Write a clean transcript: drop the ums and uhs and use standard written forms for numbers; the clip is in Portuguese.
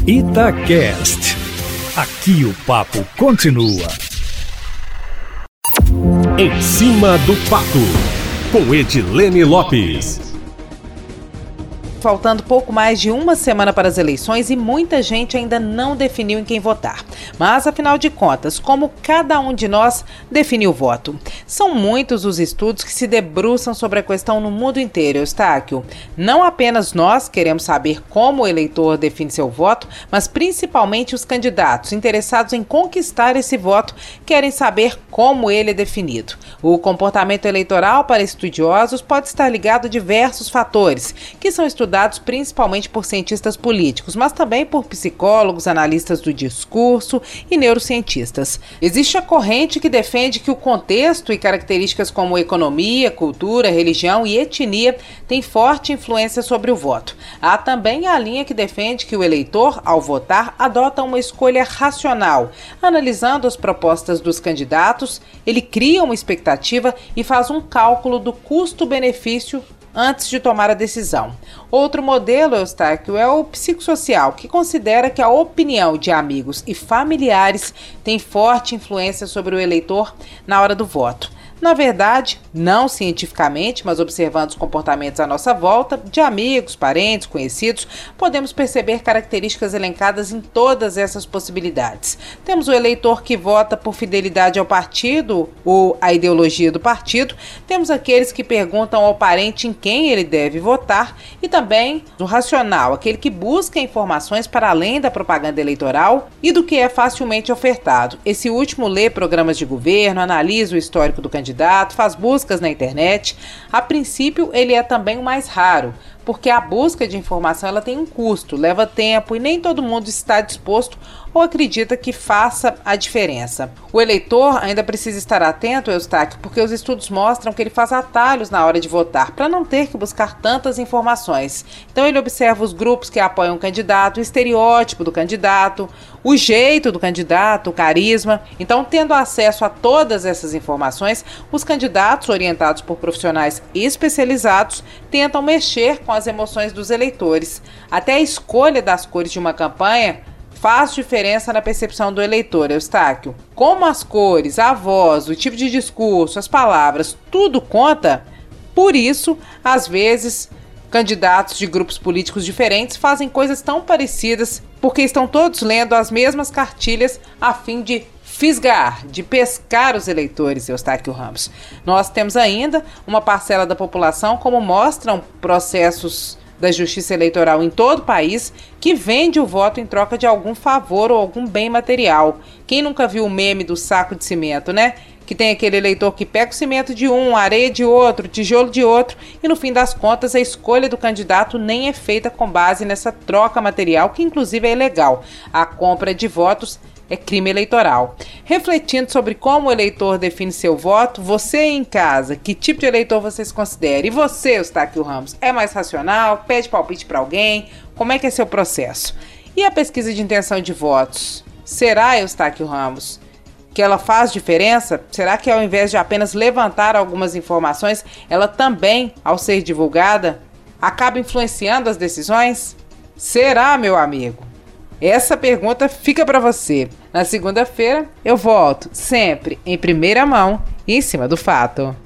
Itacast. Aqui o papo continua. Em cima do papo, com Edilene Lopes. Faltando pouco mais de uma semana para as eleições e muita gente ainda não definiu em quem votar. Mas, afinal de contas, como cada um de nós definiu o voto? São muitos os estudos que se debruçam sobre a questão no mundo inteiro, Eustáquio. Não apenas nós queremos saber como o eleitor define seu voto, mas principalmente os candidatos interessados em conquistar esse voto querem saber como ele é definido. O comportamento eleitoral para estudiosos pode estar ligado a diversos fatores, que são estudados principalmente por cientistas políticos, mas também por psicólogos, analistas do discurso e neurocientistas. Existe a corrente que defende que o contexto e características como economia, cultura, religião e etnia têm forte influência sobre o voto. Há também a linha que defende que o eleitor, ao votar, adota uma escolha racional. Analisando as propostas dos candidatos, ele cria uma expectativa e faz um cálculo do custo-benefício antes de tomar a decisão. Outro modelo, Eustáquio, é o psicossocial, que considera que a opinião de amigos e familiares tem forte influência sobre o eleitor na hora do voto. Na verdade, não cientificamente, mas observando os comportamentos à nossa volta, de amigos, parentes, conhecidos, podemos perceber características elencadas em todas essas possibilidades. Temos o eleitor que vota por fidelidade ao partido ou à ideologia do partido, temos aqueles que perguntam ao parente em quem ele deve votar e também o racional, aquele que busca informações para além da propaganda eleitoral e do que é facilmente ofertado. Esse último lê programas de governo, analisa o histórico do candidato, faz buscas na internet. A princípio, ele é também o mais raro, porque a busca de informação ela tem um custo, leva tempo e nem todo mundo está disposto ou acredita que faça a diferença. O eleitor ainda precisa estar atento, Eustáquio, porque os estudos mostram que ele faz atalhos na hora de votar, para não ter que buscar tantas informações. Então ele observa os grupos que apoiam o candidato, o estereótipo do candidato, o jeito do candidato, o carisma. Então, tendo acesso a todas essas informações, os candidatos, orientados por profissionais especializados, tentam mexer com as emoções dos eleitores. Até a escolha das cores de uma campanha faz diferença na percepção do eleitor, Eustáquio. Como as cores, a voz, o tipo de discurso, as palavras, tudo conta, por isso, às vezes, candidatos de grupos políticos diferentes fazem coisas tão parecidas porque estão todos lendo as mesmas cartilhas a fim de fisgar, de pescar os eleitores, Eustáquio Ramos. Nós temos ainda uma parcela da população, como mostram processos da Justiça Eleitoral em todo o país, que vende o voto em troca de algum favor ou algum bem material. Quem nunca viu o meme do saco de cimento, né? Que tem aquele eleitor que pega o cimento de um, areia de outro, tijolo de outro, e no fim das contas a escolha do candidato nem é feita com base nessa troca material, que inclusive é ilegal. A compra de votos é crime eleitoral. Refletindo sobre como o eleitor define seu voto, você em casa, que tipo de eleitor você se considera? E você, Eustáquio Ramos, é mais racional? Pede palpite para alguém? Como é que é seu processo? E a pesquisa de intenção de votos? Será, Eustáquio Ramos, que ela faz diferença? Será que ao invés de apenas levantar algumas informações, ela também, ao ser divulgada, acaba influenciando as decisões? Será, meu amigo? Essa pergunta fica para você. Na segunda-feira eu volto, sempre em primeira mão e em cima do fato.